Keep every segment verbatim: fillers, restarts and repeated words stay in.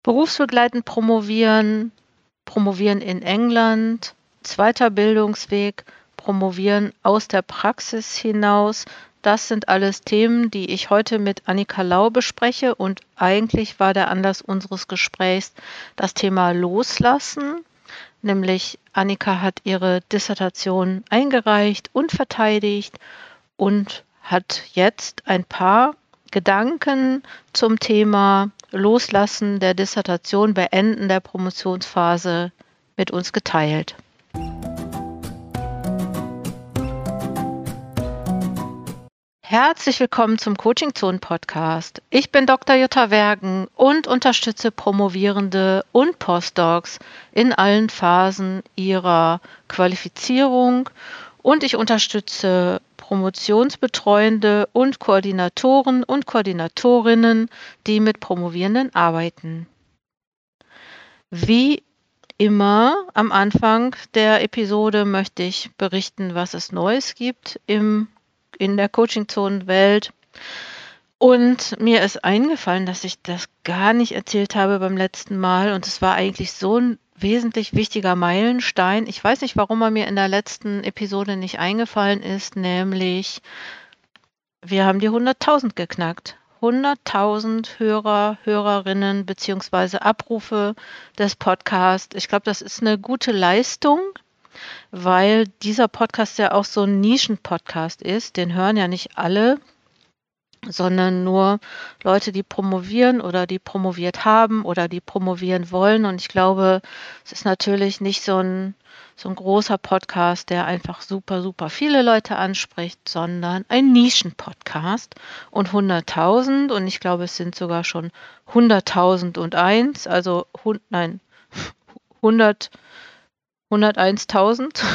Berufsbegleitend promovieren, promovieren in England, zweiter Bildungsweg, promovieren aus der Praxis hinaus. Das sind alles Themen, die ich heute mit Annika Lau bespreche, und eigentlich war der Anlass unseres Gesprächs das Thema Loslassen, nämlich Annika hat ihre Dissertation eingereicht und verteidigt und hat jetzt ein paar Gedanken zum Thema Loslassen der Dissertation, Beenden der Promotionsphase mit uns geteilt. Herzlich willkommen zum Coaching Zone Podcast. Ich bin Doktor Jutta Wergen und unterstütze Promovierende und Postdocs in allen Phasen ihrer Qualifizierung, und ich unterstütze Promotionsbetreuende und Koordinatoren und Koordinatorinnen, die mit Promovierenden arbeiten. Wie immer am Anfang der Episode möchte ich berichten, was es Neues gibt im, in der Coaching-Zonen-Welt. Und mir ist eingefallen, dass ich das gar nicht erzählt habe beim letzten Mal, und es war eigentlich so ein wesentlich wichtiger Meilenstein. Ich weiß nicht, warum er mir in der letzten Episode nicht eingefallen ist, nämlich wir haben die hunderttausend geknackt. hunderttausend Hörer, Hörerinnen bzw. Abrufe des Podcasts. Ich glaube, das ist eine gute Leistung, weil dieser Podcast ja auch so ein Nischen-Podcast ist. Den hören ja nicht alle, sondern nur Leute, die promovieren oder die promoviert haben oder die promovieren wollen. Und ich glaube, es ist natürlich nicht so ein, so ein großer Podcast, der einfach super, super viele Leute anspricht, sondern ein Nischen-Podcast. Und hunderttausend, und ich glaube, es sind sogar schon hunderttausend und eins, also hund, nein, hundert, hunderteintausend.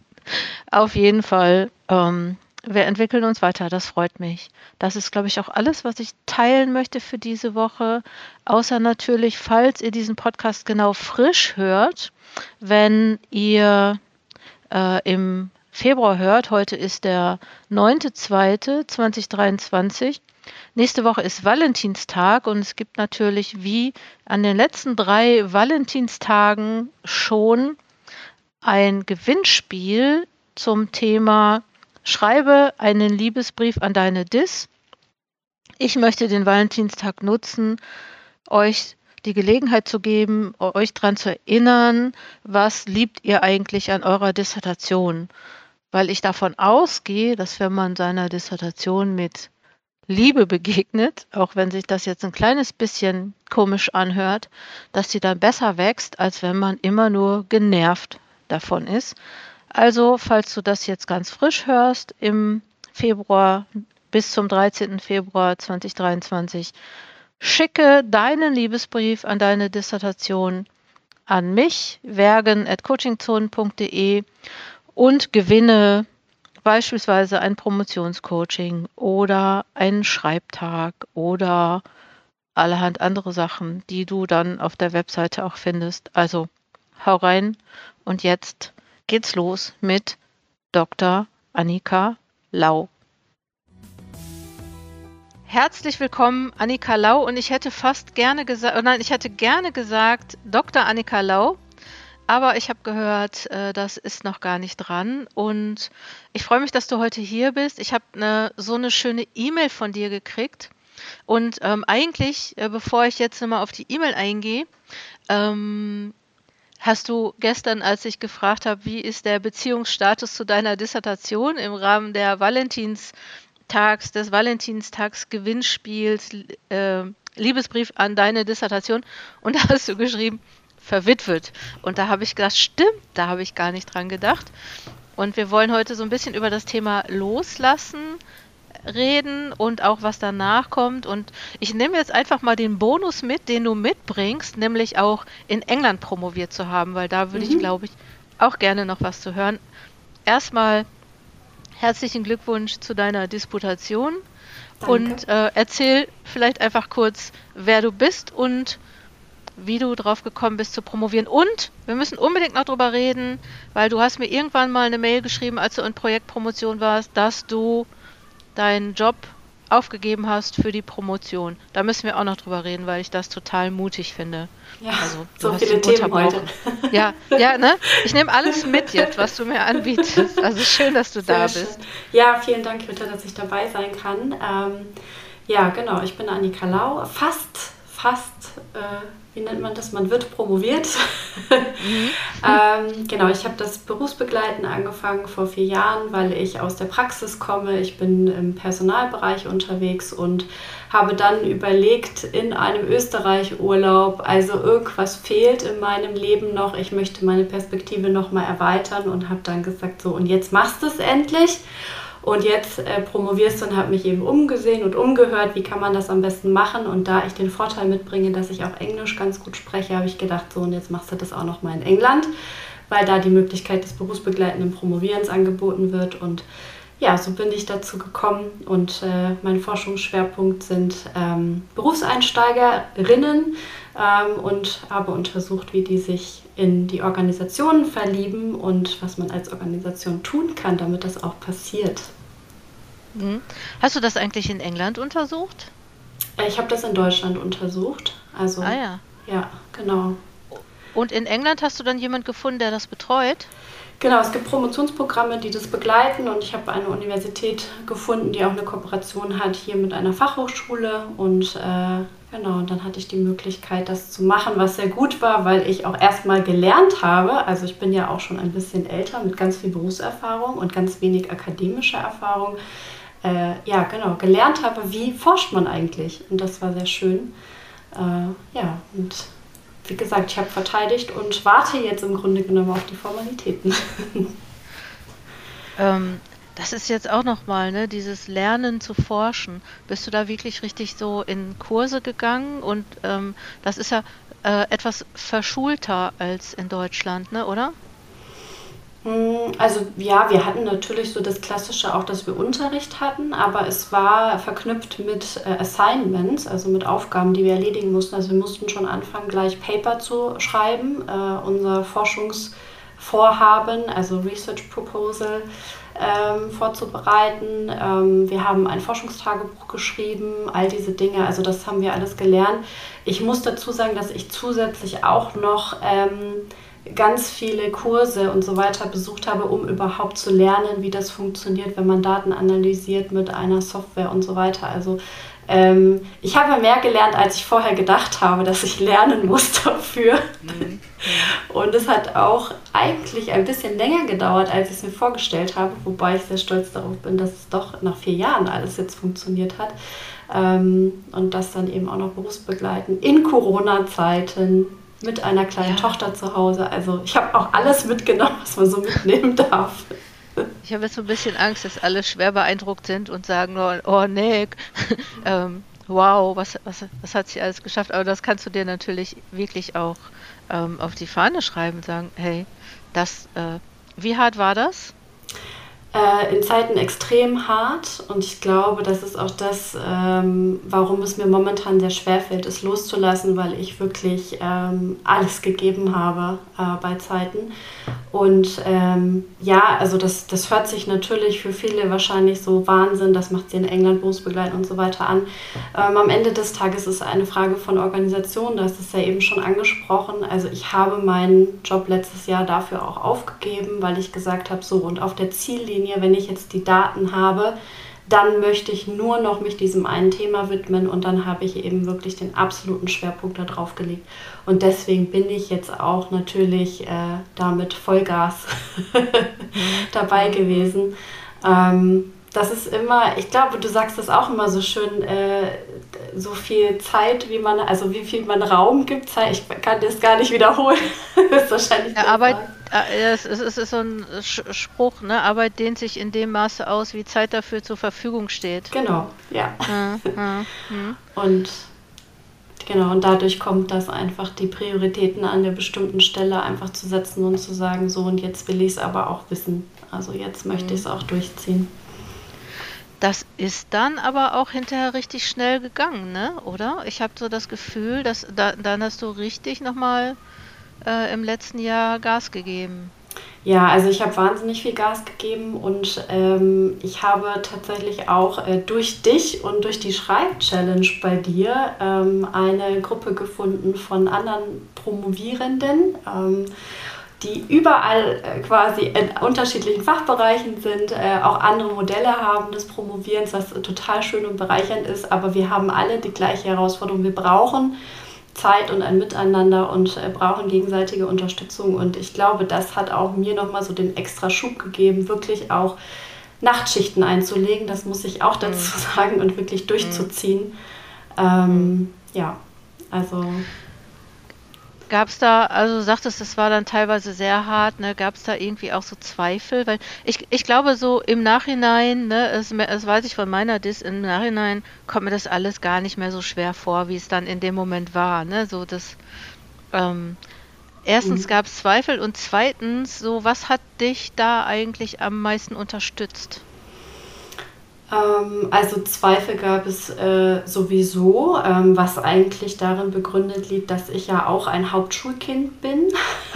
Auf jeden Fall, ähm, wir entwickeln uns weiter, das freut mich. Das ist, glaube ich, auch alles, was ich teilen möchte für diese Woche. Außer natürlich, falls ihr diesen Podcast genau frisch hört, wenn ihr äh, im Februar hört, heute ist der neunter zweiter zweitausenddreiundzwanzig. Nächste Woche ist Valentinstag, und es gibt natürlich wie an den letzten drei Valentinstagen schon ein Gewinnspiel zum Thema Schreibe einen Liebesbrief an deine Dis. Ich möchte den Valentinstag nutzen, euch die Gelegenheit zu geben, euch daran zu erinnern, was liebt ihr eigentlich an eurer Dissertation. Weil ich davon ausgehe, dass wenn man seiner Dissertation mit Liebe begegnet, auch wenn sich das jetzt ein kleines bisschen komisch anhört, dass sie dann besser wächst, als wenn man immer nur genervt davon ist. Also, falls du das jetzt ganz frisch hörst, im Februar bis zum dreizehnten Februar zweitausenddreiundzwanzig, schicke deinen Liebesbrief an deine Dissertation an mich, wergen at coachingzonen punkt de, und gewinne beispielsweise ein Promotionscoaching oder einen Schreibtag oder allerhand andere Sachen, die du dann auf der Webseite auch findest. Also, hau rein, und jetzt geht's los mit Doktor Annika Lau. Herzlich willkommen, Annika Lau, und ich hätte fast gerne gesagt, nein, ich hätte gerne gesagt Doktor Annika Lau, aber ich habe gehört, äh, das ist noch gar nicht dran, und ich freue mich, dass du heute hier bist. Ich habe eine, so eine schöne E-Mail von dir gekriegt, und ähm, eigentlich, äh, bevor ich jetzt nochmal auf die E-Mail eingehe, ähm, hast du gestern, als ich gefragt habe, wie ist der Beziehungsstatus zu deiner Dissertation im Rahmen der Valentinstags, des Valentinstags-Gewinnspiels, äh, Liebesbrief an deine Dissertation, und da hast du geschrieben, verwitwet. Und da habe ich gedacht, stimmt, da habe ich gar nicht dran gedacht. Und wir wollen heute so ein bisschen über das Thema Loslassen reden und auch was danach kommt. Und ich nehme jetzt einfach mal den Bonus mit, den du mitbringst, nämlich auch in England promoviert zu haben, weil da würde mhm. ich, glaube ich, auch gerne noch was zu hören. Erstmal herzlichen Glückwunsch zu deiner Disputation. Danke. Und äh, erzähl vielleicht einfach kurz, wer du bist und wie du drauf gekommen bist zu promovieren. Und wir müssen unbedingt noch drüber reden, weil du hast mir irgendwann mal eine Mail geschrieben, als du in Projektpromotion warst, dass du deinen Job aufgegeben hast für die Promotion. Da müssen wir auch noch drüber reden, weil ich das total mutig finde. Ja, also, so viele Themen heute. Ja, ja, ne? Ich nehme alles mit jetzt, was du mir anbietest. Also schön, dass du Sehr da schön. bist. Ja, vielen Dank, Jutta, dass ich dabei sein kann. Ähm, ja, genau, ich bin Annika Lau, fast, fast, äh, wie nennt man das? Man wird promoviert. Mhm. ähm, genau, ich habe das Berufsbegleiten angefangen vor vier Jahren, weil ich aus der Praxis komme. Ich bin im Personalbereich unterwegs und habe dann überlegt, in einem Österreich-Urlaub, also irgendwas fehlt in meinem Leben noch, ich möchte meine Perspektive noch mal erweitern und habe dann gesagt, so, und jetzt machst du es endlich. Und jetzt äh, promovierst du und habe mich eben umgesehen und umgehört, wie kann man das am besten machen. Und da ich den Vorteil mitbringe, dass ich auch Englisch ganz gut spreche, habe ich gedacht, so, und jetzt machst du das auch noch mal in England, weil da die Möglichkeit des berufsbegleitenden Promovierens angeboten wird. Und ja, so bin ich dazu gekommen. Und äh, mein Forschungsschwerpunkt sind ähm, Berufseinsteigerinnen ähm, und habe untersucht, wie die sich in die Organisationen verlieben und was man als Organisation tun kann, damit das auch passiert. Mhm. Hast du das eigentlich in England untersucht? Ich habe das in Deutschland untersucht. Also, ah ja. Ja, genau. Und in England hast du dann jemanden gefunden, der das betreut? Genau, es gibt Promotionsprogramme, die das begleiten und ich habe eine Universität gefunden, die auch eine Kooperation hat hier mit einer Fachhochschule und äh, genau, und dann hatte ich die Möglichkeit, das zu machen, was sehr gut war, weil ich auch erstmal gelernt habe, also ich bin ja auch schon ein bisschen älter mit ganz viel Berufserfahrung und ganz wenig akademischer Erfahrung, äh, ja genau, gelernt habe, wie forscht man eigentlich und das war sehr schön, äh, ja und wie gesagt, ich habe verteidigt und warte jetzt im Grunde genommen auf die Formalitäten. ähm, das ist jetzt auch nochmal, ne, dieses Lernen zu forschen. Bist du da wirklich richtig so in Kurse gegangen? Und ähm, das ist ja äh, etwas verschulter als in Deutschland, ne, oder? Also ja, wir hatten natürlich so das Klassische auch, dass wir Unterricht hatten, aber es war verknüpft mit äh, Assignments, also mit Aufgaben, die wir erledigen mussten. Also wir mussten schon anfangen, gleich Paper zu schreiben, äh, unser Forschungsvorhaben, also Research Proposal, ähm, vorzubereiten. Ähm, wir haben ein Forschungstagebuch geschrieben, all diese Dinge, also das haben wir alles gelernt. Ich muss dazu sagen, dass ich zusätzlich auch noch Ähm, ganz viele Kurse und so weiter besucht habe, um überhaupt zu lernen, wie das funktioniert, wenn man Daten analysiert mit einer Software und so weiter. Also ähm, ich habe mehr gelernt, als ich vorher gedacht habe, dass ich lernen muss dafür. Mhm. Und es hat auch eigentlich ein bisschen länger gedauert, als ich es mir vorgestellt habe, wobei ich sehr stolz darauf bin, dass es doch nach vier Jahren alles jetzt funktioniert hat. Ähm, und das dann eben auch noch berufsbegleitend in Corona-Zeiten mit einer kleinen ja. Tochter zu Hause. Also ich habe auch alles mitgenommen, was man so mitnehmen darf. Ich habe jetzt so ein bisschen Angst, dass alle schwer beeindruckt sind und sagen, oh, oh nee, ähm, wow, was, was, was hat sie alles geschafft? Aber das kannst du dir natürlich wirklich auch ähm, auf die Fahne schreiben und sagen, hey, das, äh, wie hart war das? In Zeiten extrem hart und ich glaube, das ist auch das, ähm, warum es mir momentan sehr schwer fällt, es loszulassen, weil ich wirklich ähm, alles gegeben habe äh, bei Zeiten. Und ähm, ja, also das, das hört sich natürlich für viele wahrscheinlich so Wahnsinn, das macht sie in England berufsbegleitend und so weiter an. Ähm, am Ende des Tages ist es eine Frage von Organisation, das ist ja eben schon angesprochen. Also ich habe meinen Job letztes Jahr dafür auch aufgegeben, weil ich gesagt habe, so und auf der Ziellinie, wenn ich jetzt die Daten habe, dann möchte ich nur noch mich diesem einen Thema widmen und dann habe ich eben wirklich den absoluten Schwerpunkt darauf gelegt. Und deswegen bin ich jetzt auch natürlich äh, damit Vollgas dabei gewesen. Ähm, das ist immer, ich glaube, du sagst das auch immer so schön, äh, so viel Zeit, wie man, also wie viel man Raum gibt, ich kann das gar nicht wiederholen. Das ist wahrscheinlich ja, Arbeit, äh, es, ist, es ist so ein Spruch, ne? Arbeit dehnt sich in dem Maße aus, wie Zeit dafür zur Verfügung steht. Genau, ja. ja, ja, ja. Und genau, und dadurch kommt das einfach, die Prioritäten an der bestimmten Stelle einfach zu setzen und zu sagen, so und jetzt will ich es aber auch wissen. Also jetzt möchte ich es auch durchziehen. Das ist dann aber auch hinterher richtig schnell gegangen, ne? Oder? Ich habe so das Gefühl, dass da, dann hast du richtig nochmal äh, im letzten Jahr Gas gegeben. Ja, also ich habe wahnsinnig viel Gas gegeben und ähm, ich habe tatsächlich auch äh, durch dich und durch die Schreib-Challenge bei dir ähm, eine Gruppe gefunden von anderen Promovierenden, ähm, die überall äh, quasi in unterschiedlichen Fachbereichen sind, äh, auch andere Modelle haben des Promovierens, was total schön und bereichernd ist, aber wir haben alle die gleiche Herausforderung. Wir brauchen Zeit und ein Miteinander und äh, brauchen gegenseitige Unterstützung. Und ich glaube, das hat auch mir nochmal so den extra Schub gegeben, wirklich auch Nachtschichten einzulegen, das muss ich auch dazu mhm. sagen, und wirklich durchzuziehen. Mhm. Ähm, ja, also... Gab es da, also du sagtest, das war dann teilweise sehr hart, ne? Gab es da irgendwie auch so Zweifel? Weil ich, ich glaube so im Nachhinein, ne, das, das weiß ich von meiner Dis, im Nachhinein kommt mir das alles gar nicht mehr so schwer vor, wie es dann in dem Moment war, ne? So das, ähm, erstens mhm. gab es Zweifel und zweitens, so was hat dich da eigentlich am meisten unterstützt? Also Zweifel gab es äh, sowieso, ähm, was eigentlich darin begründet liegt, dass ich ja auch ein Hauptschulkind bin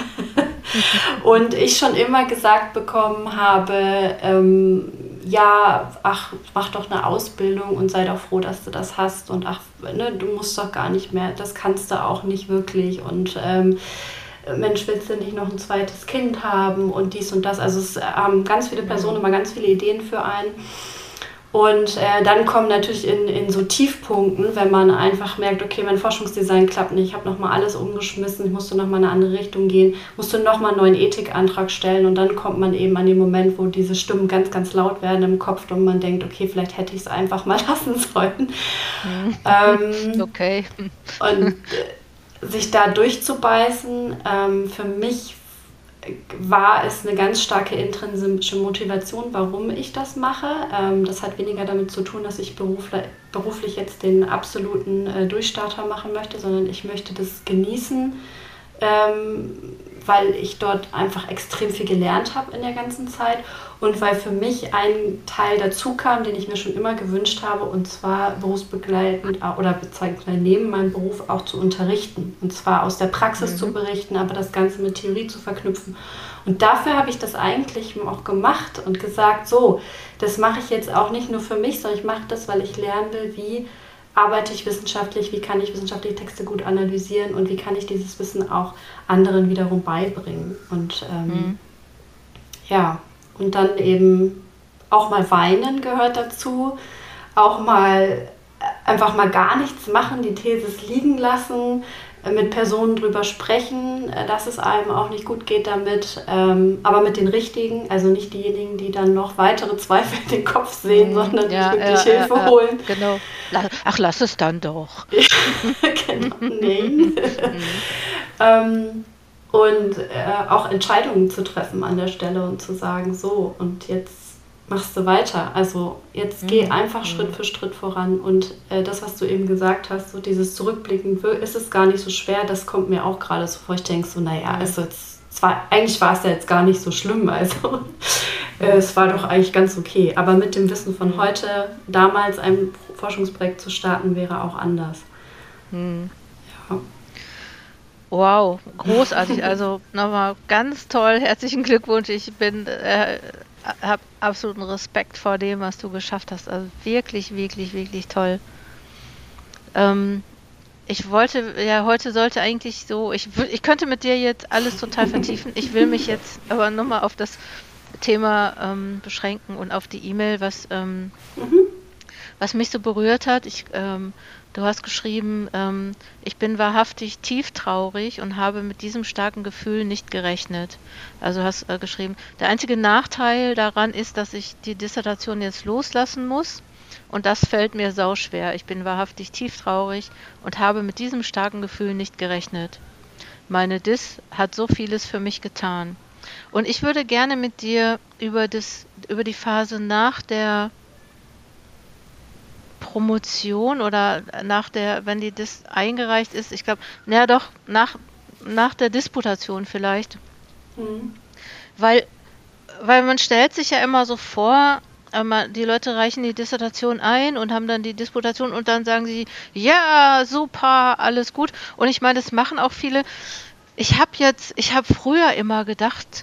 und ich schon immer gesagt bekommen habe, ähm, ja, ach, mach doch eine Ausbildung und sei doch froh, dass du das hast und ach, ne, du musst doch gar nicht mehr, das kannst du auch nicht wirklich und ähm, Mensch, willst du nicht noch ein zweites Kind haben und dies und das, also es haben ganz viele Personen immer ganz viele Ideen für einen. Und äh, dann kommen natürlich in, in so Tiefpunkten, wenn man einfach merkt, okay, mein Forschungsdesign klappt nicht, ich habe nochmal alles umgeschmissen, ich musste nochmal in eine andere Richtung gehen, musste nochmal einen neuen Ethikantrag stellen und dann kommt man eben an den Moment, wo diese Stimmen ganz, ganz laut werden im Kopf und man denkt, okay, vielleicht hätte ich es einfach mal lassen sollen. Mhm. Ähm, okay. Und äh, sich da durchzubeißen, ähm, für mich war es eine ganz starke intrinsische Motivation, warum ich das mache. Ähm, das hat weniger damit zu tun, dass ich berufle- beruflich jetzt den absoluten äh, Durchstarter machen möchte, sondern ich möchte das genießen, ähm, weil ich dort einfach extrem viel gelernt habe in der ganzen Zeit und weil für mich ein Teil dazu kam, den ich mir schon immer gewünscht habe, und zwar berufsbegleitend oder beziehungsweise neben meinem Beruf auch zu unterrichten, und zwar aus der Praxis mhm. zu berichten, aber das Ganze mit Theorie zu verknüpfen. Und dafür habe ich das eigentlich auch gemacht und gesagt, so, das mache ich jetzt auch nicht nur für mich, sondern ich mache das, weil ich lernen will, wie arbeite ich wissenschaftlich, wie kann ich wissenschaftliche Texte gut analysieren und wie kann ich dieses Wissen auch anderen wiederum beibringen. Und ähm, mhm. ja, und dann eben auch mal weinen gehört dazu, auch mal einfach mal gar nichts machen, die Thesis liegen lassen, mit Personen drüber sprechen, dass es einem auch nicht gut geht damit, ähm, aber mit den Richtigen, also nicht diejenigen, die dann noch weitere Zweifel in den Kopf sehen, mhm, sondern ja, die wirklich ja, Hilfe ja, holen. Genau. Ach, lass es dann doch. Genau, nein. ähm, und äh, auch Entscheidungen zu treffen an der Stelle und zu sagen, so, und jetzt machst du weiter. Also jetzt mhm. geh einfach mhm. Schritt für Schritt voran. Und äh, das, was du eben gesagt hast, so dieses Zurückblicken, ist es gar nicht so schwer, das kommt mir auch gerade so vor. Ich denke so, naja, mhm. also jetzt, zwar, eigentlich war es ja jetzt gar nicht so schlimm. Also äh, es war doch eigentlich ganz okay. Aber mit dem Wissen von heute, damals ein Forschungsprojekt zu starten, wäre auch anders. Mhm. Ja. Wow, großartig. Also nochmal ganz toll. Herzlichen Glückwunsch. Ich bin... Äh, habe absoluten Respekt vor dem, was du geschafft hast. Also wirklich, wirklich, wirklich toll. Ähm, ich wollte, ja, heute sollte eigentlich so, ich, ich könnte mit dir jetzt alles total vertiefen. Ich will mich jetzt aber nochmal auf das Thema ähm, beschränken und auf die E-Mail, was, ähm, mhm. was mich so berührt hat. Ich, ähm, du hast geschrieben, ähm, ich bin wahrhaftig tief traurig und habe mit diesem starken Gefühl nicht gerechnet. Also hast äh, geschrieben, der einzige Nachteil daran ist, dass ich die Dissertation jetzt loslassen muss und das fällt mir sauschwer. Ich bin wahrhaftig tief traurig und habe mit diesem starken Gefühl nicht gerechnet. Meine Dis hat so vieles für mich getan. Und ich würde gerne mit dir über, das, über die Phase nach der Promotion oder nach der, wenn die Dis eingereicht ist, ich glaube, naja doch, nach, nach der Disputation vielleicht. Mhm. Weil, weil man stellt sich ja immer so vor, die Leute reichen die Dissertation ein und haben dann die Disputation und dann sagen sie, ja, super, alles gut. Und ich meine, das machen auch viele. Ich habe jetzt, ich habe früher immer gedacht,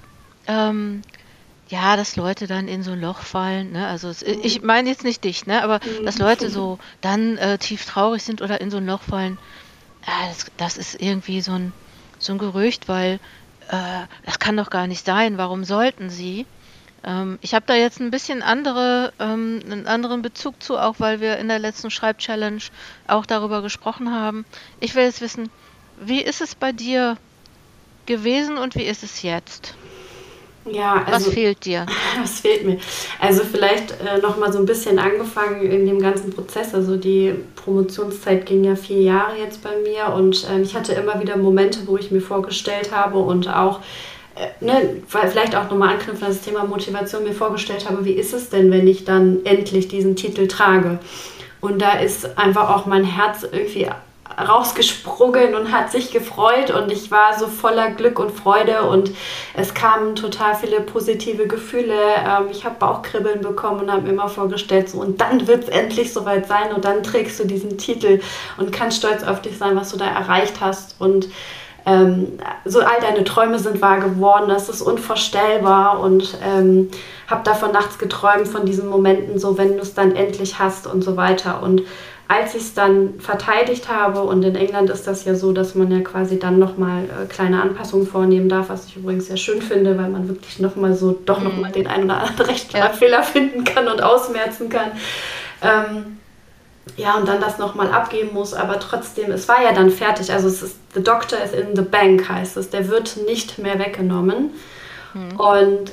ähm, ja, dass Leute dann in so ein Loch fallen, ne? Also es, ich meine jetzt nicht dich, ne? Aber dass Leute so dann äh, tief traurig sind oder in so ein Loch fallen, äh, das, das ist irgendwie so ein, so ein Gerücht, weil äh, das kann doch gar nicht sein. Warum sollten sie? Ähm, ich habe da jetzt ein bisschen andere, ähm, einen anderen Bezug zu, auch weil wir in der letzten Schreibchallenge auch darüber gesprochen haben. Ich will jetzt wissen, wie ist es bei dir gewesen und wie ist es jetzt? Ja, Was also fehlt dir? was fehlt mir? Also vielleicht äh, noch mal so ein bisschen angefangen in dem ganzen Prozess. Also die Promotionszeit ging ja vier Jahre jetzt bei mir und ähm, ich hatte immer wieder Momente, wo ich mir vorgestellt habe und auch, äh, ne, vielleicht auch nochmal anknüpfen an das Thema Motivation, mir vorgestellt habe, wie ist es denn, wenn ich dann endlich diesen Titel trage? Und da ist einfach auch mein Herz irgendwie rausgesprungen und hat sich gefreut und ich war so voller Glück und Freude und es kamen total viele positive Gefühle. Ähm, ich habe Bauchkribbeln bekommen und habe mir immer vorgestellt, so und dann wird es endlich soweit sein und dann trägst du diesen Titel und kannst stolz auf dich sein, was du da erreicht hast und ähm, so all deine Träume sind wahr geworden, das ist unvorstellbar und ähm, habe davon nachts geträumt, von diesen Momenten, so wenn du es dann endlich hast und so weiter und als ich es dann verteidigt habe, und in England ist das ja so, dass man ja quasi dann nochmal äh, kleine Anpassungen vornehmen darf, was ich übrigens sehr schön finde, weil man wirklich nochmal so, doch nochmal den einen oder anderen Rechtschreibfehler finden kann und ausmerzen kann. Ähm, ja, und dann das nochmal abgeben muss, aber trotzdem, es war ja dann fertig, also es ist, the doctor is in the bank heißt es, der wird nicht mehr weggenommen. Mhm. Und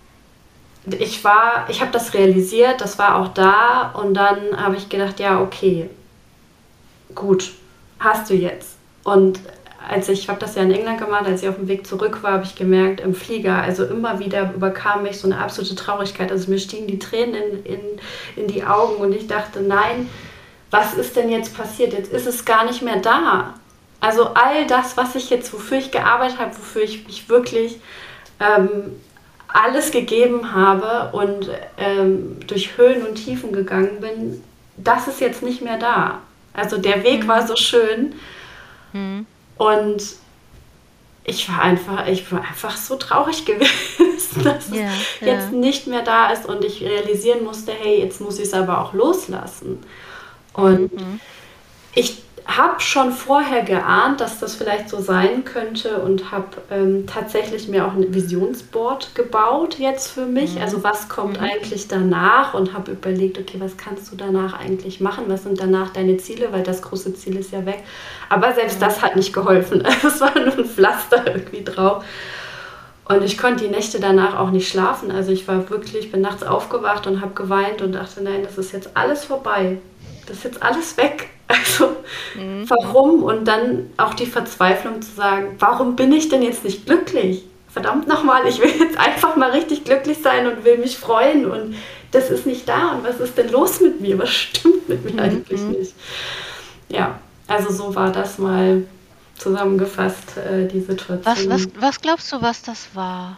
ich war, ich habe das realisiert, das war auch da und dann habe ich gedacht, ja, okay, gut, hast du jetzt. Und als ich, ich habe das ja in England gemacht, als ich auf dem Weg zurück war, habe ich gemerkt, im Flieger, also immer wieder überkam mich so eine absolute Traurigkeit, also mir stiegen die Tränen in, in, in die Augen und ich dachte, nein, was ist denn jetzt passiert? Jetzt ist es gar nicht mehr da. Also all das, was ich jetzt, wofür ich gearbeitet habe, wofür ich mich wirklich ähm, alles gegeben habe und ähm, durch Höhen und Tiefen gegangen bin, das ist jetzt nicht mehr da. Also der Weg mhm. war so schön mhm. und ich war einfach, ich war einfach so traurig gewesen, dass ja, es ja. jetzt nicht mehr da ist und ich realisieren musste, hey, jetzt muss ich es aber auch loslassen. Und mhm. ich habe schon vorher geahnt, dass das vielleicht so sein könnte und habe ähm, tatsächlich mir auch ein Visionsboard gebaut jetzt für mich. Mhm. Also was kommt mhm. eigentlich danach und habe überlegt, okay, was kannst du danach eigentlich machen? Was sind danach deine Ziele? Weil das große Ziel ist ja weg. Aber selbst mhm. das hat nicht geholfen. Es war nur ein Pflaster irgendwie drauf. Und ich konnte die Nächte danach auch nicht schlafen. Also ich war wirklich, bin nachts aufgewacht und habe geweint und dachte, nein, das ist jetzt alles vorbei. Das ist jetzt alles weg. Also mhm. warum? Und dann auch die Verzweiflung zu sagen, warum bin ich denn jetzt nicht glücklich? Verdammt nochmal, ich will jetzt einfach mal richtig glücklich sein und will mich freuen und das ist nicht da. Und was ist denn los mit mir? Was stimmt mit mir mhm. eigentlich nicht? Ja, also so war das mal zusammengefasst, äh, die Situation. Was, was, was glaubst du, was das war?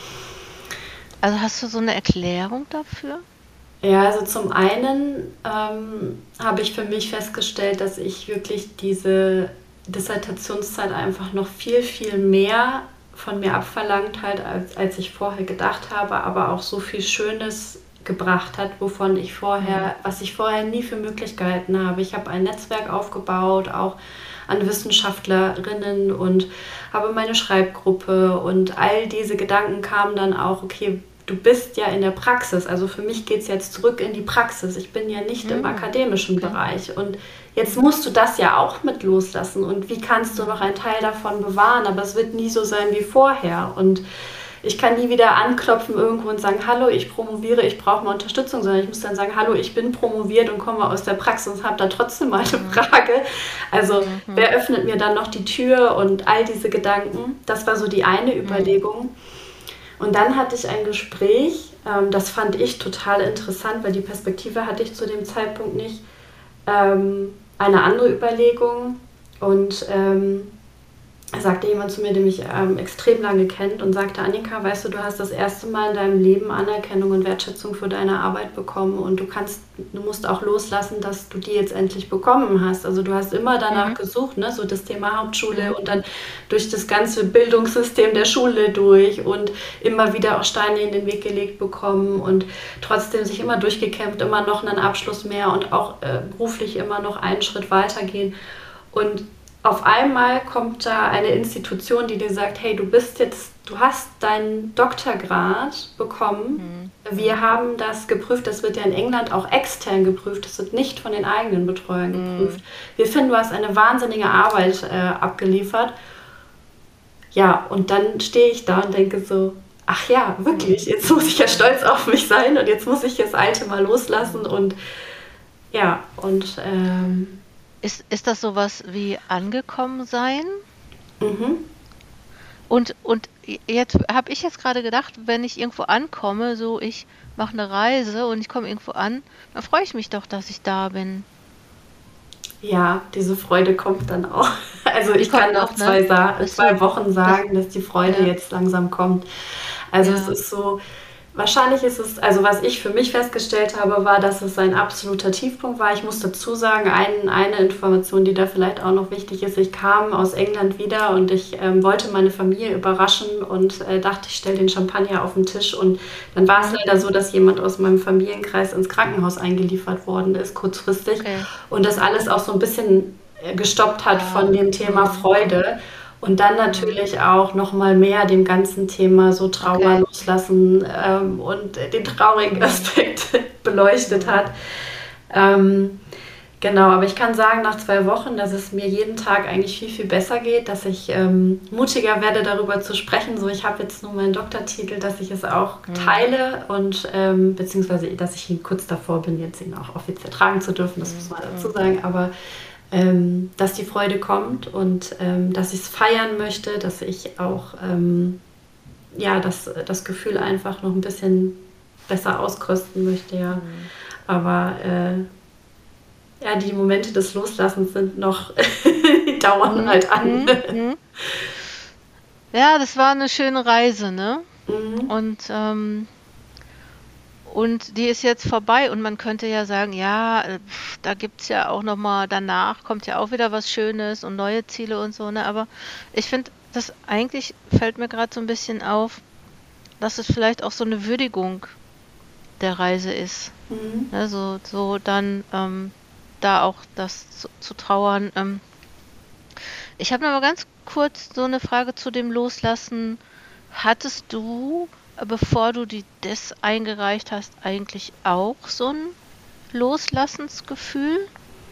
Also hast du so eine Erklärung dafür? Ja, also zum einen ähm, habe ich für mich festgestellt, dass ich wirklich diese Dissertationszeit einfach noch viel, viel mehr von mir abverlangt hat, als, als ich vorher gedacht habe, aber auch so viel Schönes gebracht hat, wovon ich vorher, was ich vorher nie für möglich gehalten habe. Ich habe ein Netzwerk aufgebaut, auch an Wissenschaftlerinnen und habe meine Schreibgruppe und all diese Gedanken kamen dann auch, okay, du bist ja in der Praxis, also für mich geht es jetzt zurück in die Praxis. Ich bin ja nicht mhm. im akademischen okay. Bereich und jetzt musst du das ja auch mit loslassen und wie kannst du noch einen Teil davon bewahren, aber es wird nie so sein wie vorher und ich kann nie wieder anklopfen irgendwo und sagen, hallo, ich promoviere, ich brauche mal Unterstützung, sondern ich muss dann sagen, hallo, ich bin promoviert und komme aus der Praxis und habe da trotzdem mal eine Frage. Also mhm. wer öffnet mir dann noch die Tür und all diese Gedanken, das war so die eine mhm. Überlegung. Und dann hatte ich ein Gespräch, ähm, das fand ich total interessant, weil die Perspektive hatte ich zu dem Zeitpunkt nicht. Ähm, eine andere Überlegung und ähm, sagte jemand zu mir, der mich ähm, extrem lange kennt und sagte, Annika, weißt du, du hast das erste Mal in deinem Leben Anerkennung und Wertschätzung für deine Arbeit bekommen und du kannst, du musst auch loslassen, dass du die jetzt endlich bekommen hast. Also du hast immer danach Mhm. gesucht, ne? So das Thema Hauptschule Mhm. und dann durch das ganze Bildungssystem der Schule durch und immer wieder auch Steine in den Weg gelegt bekommen und trotzdem sich immer durchgekämpft, immer noch einen Abschluss mehr und auch äh, beruflich immer noch einen Schritt weitergehen. Und auf einmal kommt da eine Institution, die dir sagt, hey, du bist jetzt, du hast deinen Doktorgrad bekommen. Mhm. Wir haben das geprüft, das wird ja in England auch extern geprüft, das wird nicht von den eigenen Betreuern geprüft. Wir finden, du hast eine wahnsinnige Arbeit äh, abgeliefert. Ja, und dann stehe ich da und denke so, ach ja, wirklich, jetzt muss ich ja stolz auf mich sein und jetzt muss ich das Alte mal loslassen und ja, und ähm, Ist, ist das sowas wie angekommen sein? mhm. Und, und jetzt habe ich jetzt gerade gedacht, wenn ich irgendwo ankomme, so ich mache eine Reise und ich komme irgendwo an, dann freue ich mich doch, dass ich da bin. Ja, diese Freude kommt dann auch. Also Die ich kann kommt nach noch, ne? zwei, Sa Das ist zwei so, Wochen das, sagen, dass die Freude ja, jetzt langsam kommt. Also es ja, ist so, wahrscheinlich ist es, also was ich für mich festgestellt habe, war, dass es ein absoluter Tiefpunkt war. Ich muss dazu sagen, ein, eine Information, die da vielleicht auch noch wichtig ist, ich kam aus England wieder und ich ähm, wollte meine Familie überraschen und äh, dachte, ich stelle den Champagner auf den Tisch und dann war es mhm, leider so, dass jemand aus meinem Familienkreis ins Krankenhaus eingeliefert worden ist, kurzfristig okay, und das alles auch so ein bisschen äh, gestoppt hat ah, von dem Thema mhm, Freude. Und dann mhm, natürlich auch noch mal mehr dem ganzen Thema so Trauer okay, loslassen ähm, und den traurigen mhm, Aspekt beleuchtet mhm, hat. Ähm, genau, aber ich kann sagen, nach zwei Wochen, dass es mir jeden Tag eigentlich viel, viel besser geht, dass ich ähm, mutiger werde, darüber zu sprechen. So, ich habe jetzt nur meinen Doktortitel, dass ich es auch mhm, teile und ähm, beziehungsweise, dass ich ihn kurz davor bin, jetzt ihn auch offiziell tragen zu dürfen, das muss mhm, man dazu mhm, sagen, aber ähm, dass die Freude kommt und ähm, dass ich es feiern möchte, dass ich auch ähm, ja, das, das Gefühl einfach noch ein bisschen besser auskosten möchte, ja. mhm, Aber äh, ja, die Momente des Loslassens sind noch, die dauern mhm, halt an. mhm, mhm. Ja, das war eine schöne Reise, ne? Mhm. Und ähm, Und die ist jetzt vorbei und man könnte ja sagen, ja, äh, pf, da gibt's ja auch noch mal danach kommt ja auch wieder was Schönes und neue Ziele und so, ne? Aber ich finde, das eigentlich fällt mir gerade so ein bisschen auf, dass es vielleicht auch so eine Würdigung der Reise ist, Mhm. ne? So, so dann ähm, da auch das zu, zu trauern. Ähm, ich habe noch mal ganz kurz so eine Frage zu dem Loslassen. Hattest du, äh, bevor du die das eingereicht hast, eigentlich auch so ein Loslassensgefühl?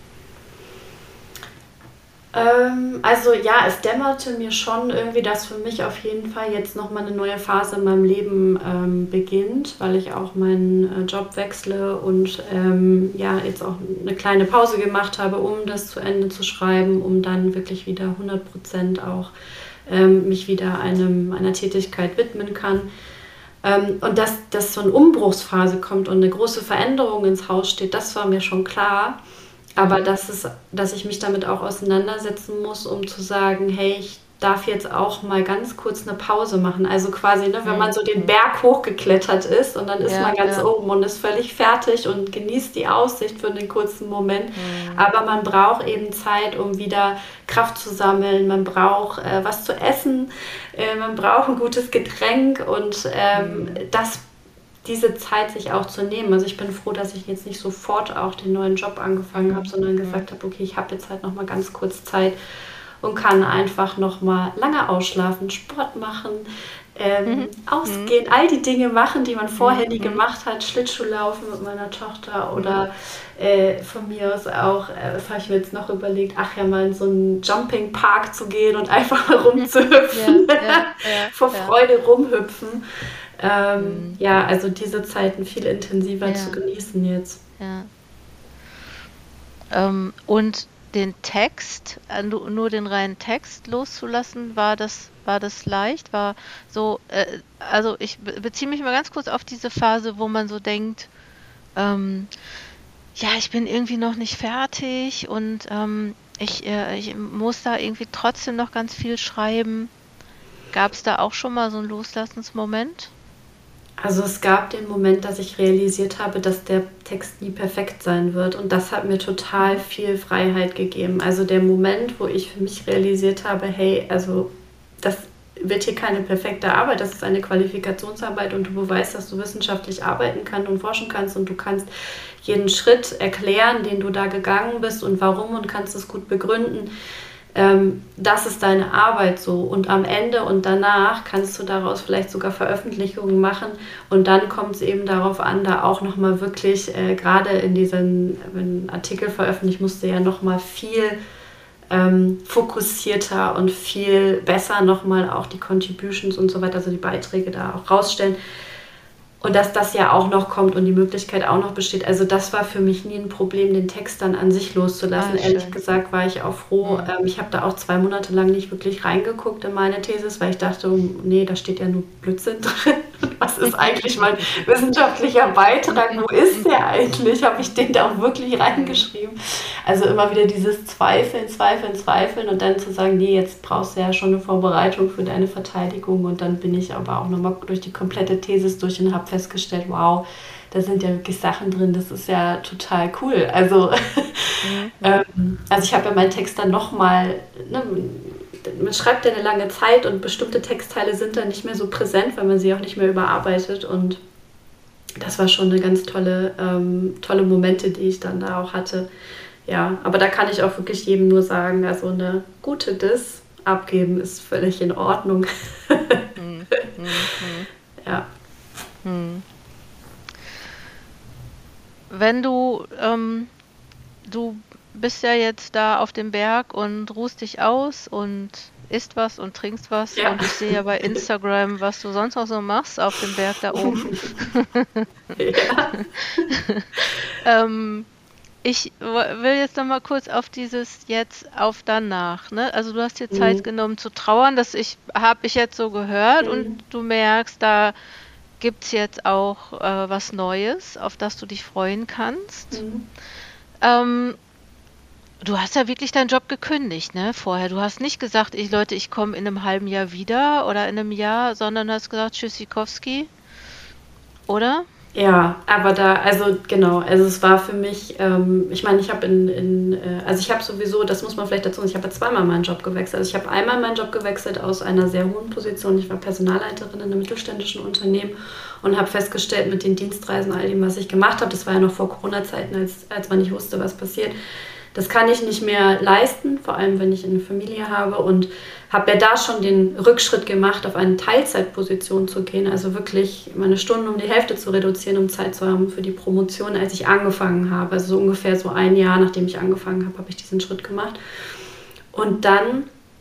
Ähm, also ja, es dämmerte mir schon irgendwie, dass für mich auf jeden Fall jetzt nochmal eine neue Phase in meinem Leben ähm, beginnt, weil ich auch meinen äh, Job wechsle und ähm, ja, jetzt auch eine kleine Pause gemacht habe, um das zu Ende zu schreiben, um dann wirklich wieder hundert Prozent auch ähm, mich wieder einem, einer Tätigkeit widmen kann. Ähm, und dass, dass so eine Umbruchsphase kommt und eine große Veränderung ins Haus steht, das war mir schon klar. Aber Mhm. dass, es, dass ich mich damit auch auseinandersetzen muss, um zu sagen, hey, ich darf jetzt auch mal ganz kurz eine Pause machen. Also quasi, ne, wenn man Mhm. so den Mhm. Berg hochgeklettert ist und dann ist Ja, man ganz ja. oben und ist völlig fertig und genießt die Aussicht für einen kurzen Moment. Mhm. Aber man braucht eben Zeit, um wieder Kraft zu sammeln. Man braucht äh, was zu essen, äh, man braucht ein gutes Getränk und ähm, Mhm. das diese Zeit sich auch zu nehmen. Also ich bin froh, dass ich jetzt nicht sofort auch den neuen Job angefangen habe, Mhm. sondern Mhm. gesagt habe, okay, ich habe jetzt halt noch mal ganz kurz Zeit und kann einfach noch mal lange ausschlafen, Sport machen, ähm, Mhm. Mhm. ausgehen, all die Dinge machen, die man Mhm. vorher nie Mhm. gemacht hat, Schlittschuhlaufen mit meiner Tochter Mhm. oder äh, von mir aus auch, äh, was habe ich mir jetzt noch überlegt, ach ja, mal in so einen Jumping Park zu gehen und einfach mal Ja, rumzuhüpfen, ja, ja, vor ja. Freude rumhüpfen. Ähm, Mhm. ja, also diese Zeiten viel intensiver zu Ja, genießen jetzt. ja. Ähm, und den Text, äh, nu- nur den reinen Text loszulassen, war das, war das leicht? War so, äh, also ich be beziehe mich mal ganz kurz auf diese Phase, wo man so denkt, ähm, ja, ich bin irgendwie noch nicht fertig und ähm, Ich, äh, ich muss da irgendwie trotzdem noch ganz viel schreiben. Gab es da auch schon mal so einen Loslassensmoment? Also es gab den Moment, dass ich realisiert habe, dass der Text nie perfekt sein wird. Und das hat mir total Mhm. viel Freiheit gegeben. Also der Moment, wo ich für mich realisiert habe, hey, also das wird hier keine perfekte Arbeit, das ist eine Qualifikationsarbeit und du beweist, dass du wissenschaftlich arbeiten kannst und forschen kannst und du kannst jeden Schritt erklären, den du da gegangen bist und warum und kannst es gut begründen. Ähm, das ist deine Arbeit so und am Ende und danach kannst du daraus vielleicht sogar Veröffentlichungen machen und dann kommt es eben darauf an, da auch nochmal wirklich, äh, gerade in diesen wenn Artikel veröffentlicht, musste ja nochmal viel ähm, fokussierter und viel besser nochmal auch die Contributions und so weiter, also die Beiträge da auch rausstellen. Und dass das ja auch noch kommt und die Möglichkeit auch noch besteht. Also das war für mich nie ein Problem, den Text dann an sich loszulassen. Ah, Ehrlich schön. gesagt war ich auch froh. Mhm. Ähm, ich habe da auch zwei Monate lang nicht wirklich reingeguckt in meine Thesis, weil ich dachte, oh, nee, da steht ja nur Blödsinn drin. Was ist eigentlich mein wissenschaftlicher Beitrag? Wo ist der eigentlich? Habe ich den da auch wirklich Mhm. reingeschrieben? Also immer wieder dieses Zweifeln, Zweifeln, Zweifeln und dann zu sagen, nee, jetzt brauchst du ja schon eine Vorbereitung für deine Verteidigung. Und dann bin ich aber auch nochmal durch die komplette Thesis durch und habe festgestellt, wow, da sind ja wirklich Sachen drin, das ist ja total cool. Also, Mhm. ähm, also ich habe ja meinen Text dann nochmal, ne, man schreibt ja eine lange Zeit und bestimmte Textteile sind dann nicht mehr so präsent, weil man sie auch nicht mehr überarbeitet und das war schon eine ganz tolle, ähm, tolle Momente, die ich dann da auch hatte. Ja, aber da kann ich auch wirklich jedem nur sagen, also eine gute Diss abgeben ist völlig in Ordnung. Mhm. Mhm. Mhm. Ja. Mhm. Wenn du, ähm, du bist ja jetzt da auf dem Berg und ruhst dich aus und isst was und trinkst was Ja. und ich sehe ja bei Instagram, was du sonst noch so machst auf dem Berg da oben. Ja. Ähm, ich w- will jetzt noch mal kurz auf dieses jetzt auf danach, ne? Also du hast dir Zeit Mhm. genommen zu trauern, das ich habe ich jetzt so gehört und Mhm. du merkst, da gibt's jetzt auch äh, was Neues, auf das du dich freuen kannst. Mhm. Ähm, Du hast ja wirklich deinen Job gekündigt, ne, vorher. Du hast nicht gesagt: „Ich Leute, ich komme in einem halben Jahr wieder oder in einem Jahr“, sondern hast gesagt: „Tschüssikowski“, oder? Ja, aber da, also genau, also es war für mich, ähm, ich meine, ich habe in, in äh, also ich habe sowieso, das muss man vielleicht dazu sagen, ich habe ja zweimal meinen Job gewechselt. Also ich habe einmal meinen Job gewechselt aus einer sehr hohen Position. Ich war Personalleiterin in einem mittelständischen Unternehmen und habe festgestellt, mit den Dienstreisen, all dem, was ich gemacht habe, das war ja noch vor Corona-Zeiten, als, als man nicht wusste, was passiert, das kann ich nicht mehr leisten, vor allem wenn ich eine Familie habe und habe ja da schon den Rückschritt gemacht, auf eine Teilzeitposition zu gehen, also wirklich meine Stunden um die Hälfte zu reduzieren, um Zeit zu haben für die Promotion, als ich angefangen habe. Also so ungefähr so ein Jahr, nachdem ich angefangen habe, habe ich diesen Schritt gemacht. Und dann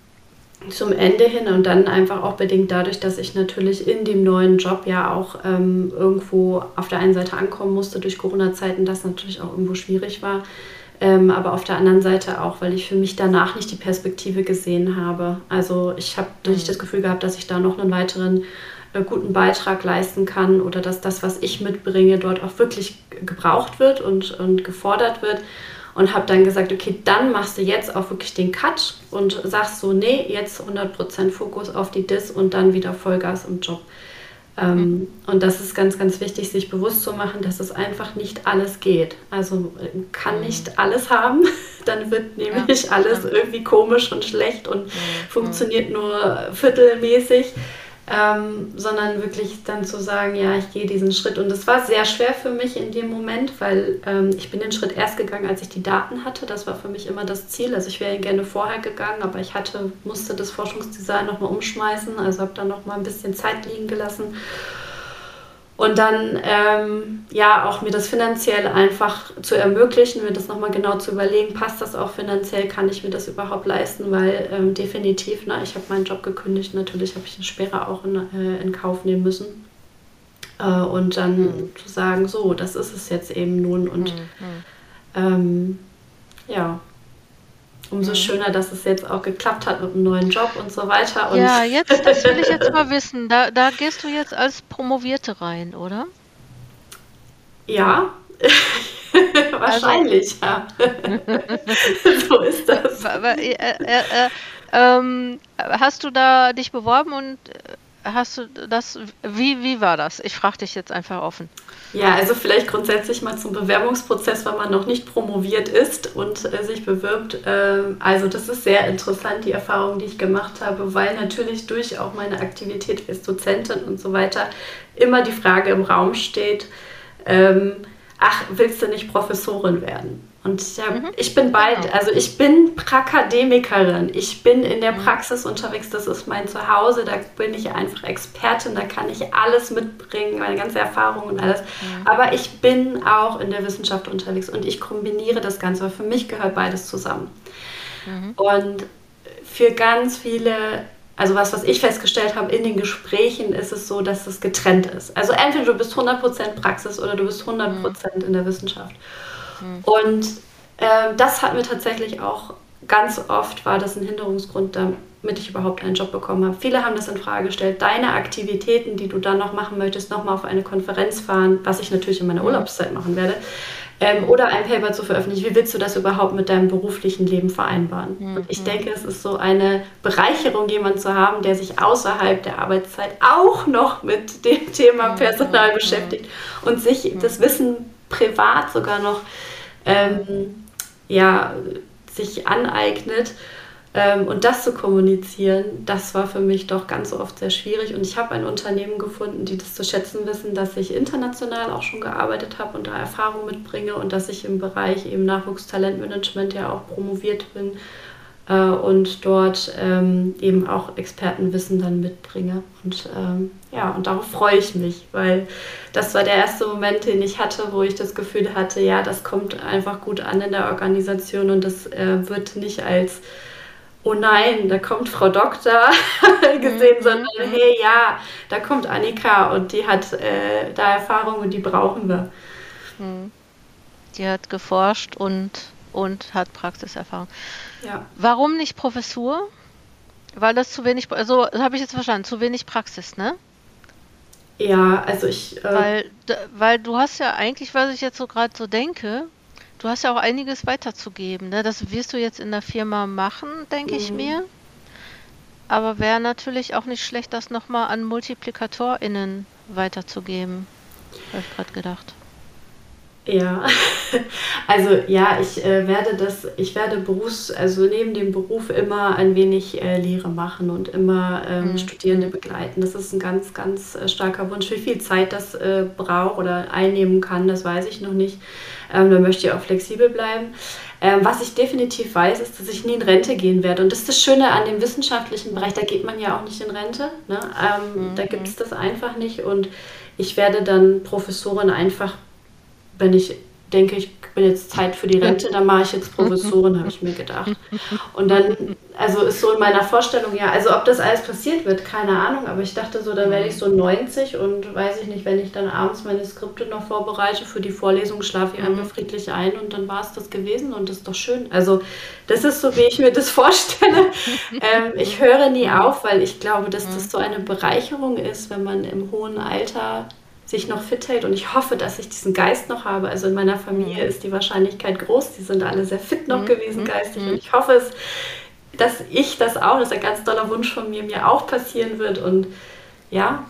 zum Ende hin und dann einfach auch bedingt dadurch, dass ich natürlich in dem neuen Job ja auch ähm, irgendwo auf der einen Seite ankommen musste durch Corona-Zeiten, das natürlich auch irgendwo schwierig war, ähm, aber auf der anderen Seite auch, weil ich für mich danach nicht die Perspektive gesehen habe. Also ich habe nicht Mhm. das Gefühl gehabt, dass ich da noch einen weiteren äh, guten Beitrag leisten kann oder dass das, was ich mitbringe, dort auch wirklich gebraucht wird und, und gefordert wird. Und habe dann gesagt, okay, dann machst du jetzt auch wirklich den Cut und sagst so, nee, jetzt hundert Prozent Fokus auf die Dis und dann wieder Vollgas im Job. Mhm. Ähm, und das ist ganz, ganz wichtig, sich bewusst zu machen, dass es einfach nicht alles geht. Also kann Mhm. nicht alles haben, dann wird Ja, nämlich alles stimmt. irgendwie komisch und schlecht und Mhm. Mhm. funktioniert nur viertelmäßig. Ähm, sondern wirklich dann zu sagen, ja, ich gehe diesen Schritt. Und es war sehr schwer für mich in dem Moment, weil ähm, ich bin den Schritt erst gegangen, als ich die Daten hatte. Das war für mich immer das Ziel. Also ich wäre gerne vorher gegangen, aber ich hatte, musste das Forschungsdesign nochmal umschmeißen. Also habe dann nochmal ein bisschen Zeit liegen gelassen. Und dann, ähm, ja, auch mir das finanziell einfach zu ermöglichen, mir das nochmal genau zu überlegen, passt das auch finanziell, kann ich mir das überhaupt leisten, weil ähm, definitiv, ne, ich habe meinen Job gekündigt, natürlich habe ich eine Sperre auch in, äh, in Kauf nehmen müssen. Äh, und dann Mhm. zu sagen, so, das ist es jetzt eben nun und Mhm. Mhm. ähm, ja, umso Mhm. schöner, dass es jetzt auch geklappt hat mit einem neuen Job und so weiter und Ja, jetzt, das will ich jetzt mal wissen. Da, da gehst du jetzt als Promovierte rein, oder? ja, Wahrscheinlich, also, ja. So ist das. Äh, äh, äh, ähm, hast du da dich beworben und hast du das, wie, wie war das? Ich frage dich jetzt einfach offen. Ja, also vielleicht grundsätzlich mal zum Bewerbungsprozess, wenn man noch nicht promoviert ist und äh, sich bewirbt. Ähm, also das ist sehr interessant, die Erfahrung, die ich gemacht habe, weil natürlich durch auch meine Aktivität als Dozentin und so weiter immer die Frage im Raum steht, ähm, ach, willst du nicht Professorin werden? Und ja, mhm. ich bin bald, also ich bin Prakademikerin, ich bin in der Praxis unterwegs, das ist mein Zuhause, da bin ich einfach Expertin, da kann ich alles mitbringen, meine ganze Erfahrung und alles. Mhm. Aber ich bin auch in der Wissenschaft unterwegs und ich kombiniere das Ganze, weil für mich gehört beides zusammen. Mhm. Und für ganz viele, also was, was ich festgestellt habe in den Gesprächen, ist es so, dass es getrennt ist. Also entweder du bist hundert Prozent Praxis oder du bist hundert Prozent mhm. in der Wissenschaft. Und äh, das hat mir tatsächlich auch ganz oft, war das ein Hinderungsgrund, damit ich überhaupt einen Job bekommen habe. Viele haben das in Frage gestellt, deine Aktivitäten, die du dann noch machen möchtest, nochmal auf eine Konferenz fahren, was ich natürlich in meiner Urlaubszeit machen werde, ähm, oder ein Paper zu veröffentlichen. Wie willst du das überhaupt mit deinem beruflichen Leben vereinbaren? Mhm. Und ich denke, es ist so eine Bereicherung, jemanden zu haben, der sich außerhalb der Arbeitszeit auch noch mit dem Thema Personal mhm. beschäftigt und sich mhm. das Wissen privat sogar noch ähm, ja, sich aneignet ähm, und das zu kommunizieren, das war für mich doch ganz oft sehr schwierig und ich habe ein Unternehmen gefunden, die das zu schätzen wissen, dass ich international auch schon gearbeitet habe und da Erfahrung mitbringe und dass ich im Bereich eben Nachwuchstalentmanagement ja auch promoviert bin äh, und dort ähm, eben auch Expertenwissen dann mitbringe und ähm, ja, und darauf freue ich mich, weil das war der erste Moment, den ich hatte, wo ich das Gefühl hatte, ja, das kommt einfach gut an in der Organisation und das äh, wird nicht als, oh nein, da kommt Frau Doktor gesehen, mhm. sondern hey, ja, da kommt Annika und die hat äh, da Erfahrung und die brauchen wir. Die hat geforscht und, und hat Praxiserfahrung. Ja. Warum nicht Professur? Weil das zu wenig, also das habe ich jetzt verstanden, zu wenig Praxis, ne? Ja, also ich... Äh weil, weil du hast ja eigentlich, was ich jetzt so gerade so denke, du hast ja auch einiges weiterzugeben. Ne? Das wirst du jetzt in der Firma machen, denke mhm. ich mir. Aber wäre natürlich auch nicht schlecht, das nochmal an MultiplikatorInnen weiterzugeben. Habe ich gerade gedacht. Ja, also ja, ich äh, werde das, ich werde Berufs, also neben dem Beruf immer ein wenig äh, Lehre machen und immer ähm, mhm. Studierende begleiten. Das ist ein ganz, ganz äh, starker Wunsch. Wie viel Zeit das äh, braucht oder einnehmen kann, das weiß ich noch nicht. Ähm, da möchte ich auch flexibel bleiben. Ähm, was ich definitiv weiß, ist, dass ich nie in Rente gehen werde. Und das ist das Schöne an dem wissenschaftlichen Bereich, da geht man ja auch nicht in Rente. Ne? Ähm, mhm. Da gibt es das einfach nicht. Und ich werde dann Professorin einfach, wenn ich denke, ich bin jetzt Zeit für die Rente, dann mache ich jetzt Professorin, habe ich mir gedacht. Und dann, also ist so in meiner Vorstellung, ja, also ob das alles passiert wird, keine Ahnung, aber ich dachte so, dann werde ich so neunzig und weiß ich nicht, wenn ich dann abends meine Skripte noch vorbereite für die Vorlesung, schlafe ich einfach friedlich ein und dann war es das gewesen und das ist doch schön. Also das ist so, wie ich mir das vorstelle. Ähm, ich höre nie auf, weil ich glaube, dass das so eine Bereicherung ist, wenn man im hohen Alter sich noch fit hält und ich hoffe, dass ich diesen Geist noch habe. Also in meiner Familie ist die Wahrscheinlichkeit groß, die sind alle sehr fit noch gewesen geistig und ich hoffe es, dass ich das auch, das ist ein ganz toller Wunsch von mir, mir auch passieren wird und ja,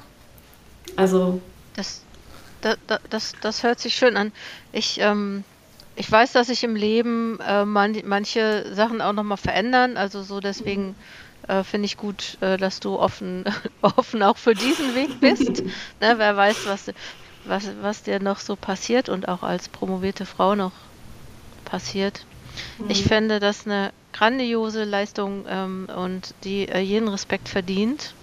also das, das, das, das hört sich schön an. Ich, ähm, ich weiß, dass sich im Leben äh, man, manche Sachen auch nochmal verändern, also so deswegen mhm. Äh, finde ich gut, äh, dass du offen, offen auch für diesen Weg bist. Ne, wer weiß, was, was, was dir noch so passiert und auch als promovierte Frau noch passiert. Mhm. Ich fände das eine grandiose Leistung ähm, und die äh, jeden Respekt verdient.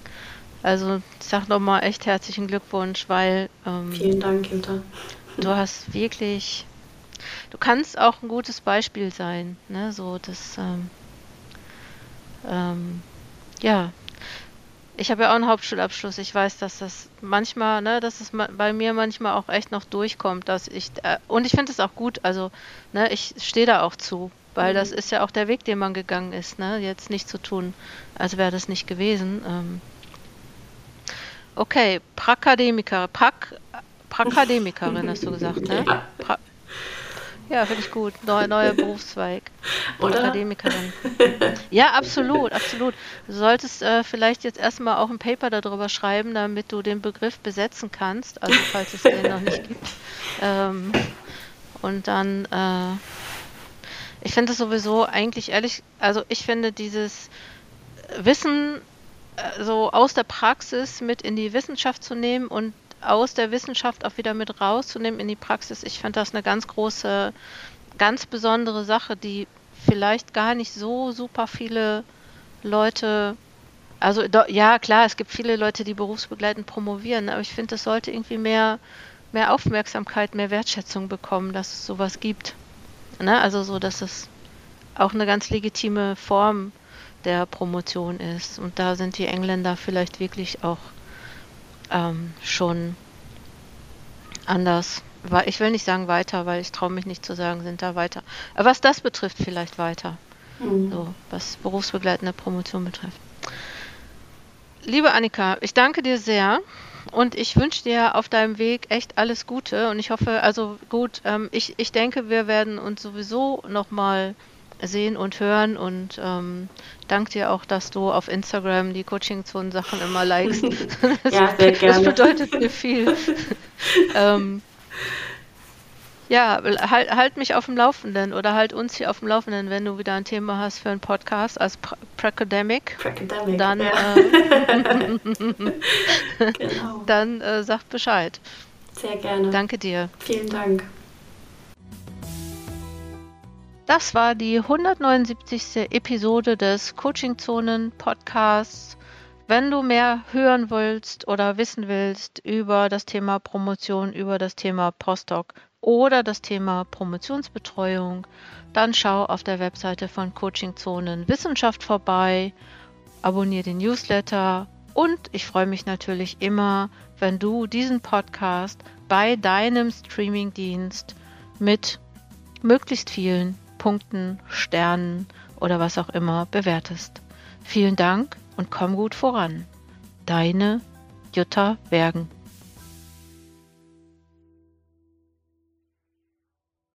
Also ich sage nochmal echt herzlichen Glückwunsch, weil ähm, vielen Dank, Jutta. Du hast wirklich, du kannst auch ein gutes Beispiel sein. Ne, so das ähm, Ähm, ja, ich habe ja auch einen Hauptschulabschluss. Ich weiß, dass das manchmal, ne, dass es bei mir manchmal auch echt noch durchkommt, dass ich, äh, und ich finde es auch gut, also, ne, ich stehe da auch zu, weil mhm. das ist ja auch der Weg, den man gegangen ist, ne, jetzt nicht zu tun, als wäre das nicht gewesen. Ähm, okay, Prakademiker, Prak, Prakademikerin hast du gesagt, ne? Ja, pra ja, finde ich gut. Neu, neuer Berufszweig. oder? Akademikerin. Ja, absolut, absolut. Du solltest äh, vielleicht jetzt erstmal auch ein Paper darüber schreiben, damit du den Begriff besetzen kannst, also falls es den noch nicht gibt. Ähm, und dann, äh, ich finde es sowieso eigentlich ehrlich, also ich finde dieses Wissen äh, so aus der Praxis mit in die Wissenschaft zu nehmen und aus der Wissenschaft auch wieder mit rauszunehmen in die Praxis, ich finde das eine ganz große, ganz besondere Sache, die vielleicht gar nicht so super viele Leute, also do, ja klar, es gibt viele Leute, die berufsbegleitend promovieren, aber ich finde, es sollte irgendwie mehr, mehr Aufmerksamkeit, mehr Wertschätzung bekommen, dass es sowas gibt. Ne? Also so, dass es auch eine ganz legitime Form der Promotion ist. Und da sind die Engländer vielleicht wirklich auch ähm, schon anders. Ich will nicht sagen weiter, weil ich traue mich nicht zu sagen, sind da weiter. Aber was das betrifft, vielleicht weiter. Mhm. So, was berufsbegleitende Promotion betrifft. Liebe Annika, ich danke dir sehr und ich wünsche dir auf deinem Weg echt alles Gute und ich hoffe, also gut, ähm, ich, ich denke, wir werden uns sowieso nochmal sehen und hören und ähm, danke dir auch, dass du auf Instagram die Coaching-Zonen-Sachen immer likest. Das, Ja, sehr das gerne. bedeutet mir viel. ähm, ja, halt, halt mich auf dem Laufenden oder halt uns hier auf dem Laufenden, wenn du wieder ein Thema hast für einen Podcast als Prakademic. Prakademic, Dann, ja. äh, Genau. dann äh, sag Bescheid. Sehr gerne. Danke dir. Vielen Dank. Das war die hundertneunundsiebzigste Episode des Coaching-Zonen-Podcasts. Wenn du mehr hören willst oder wissen willst über das Thema Promotion, über das Thema Postdoc oder das Thema Promotionsbetreuung, dann schau auf der Webseite von Coaching-Zonen Wissenschaft vorbei, abonniere den Newsletter und ich freue mich natürlich immer, wenn du diesen Podcast bei deinem Streamingdienst mit möglichst vielen Punkten, Sternen oder was auch immer bewertest. Vielen Dank und komm gut voran. Deine Jutta Bergen.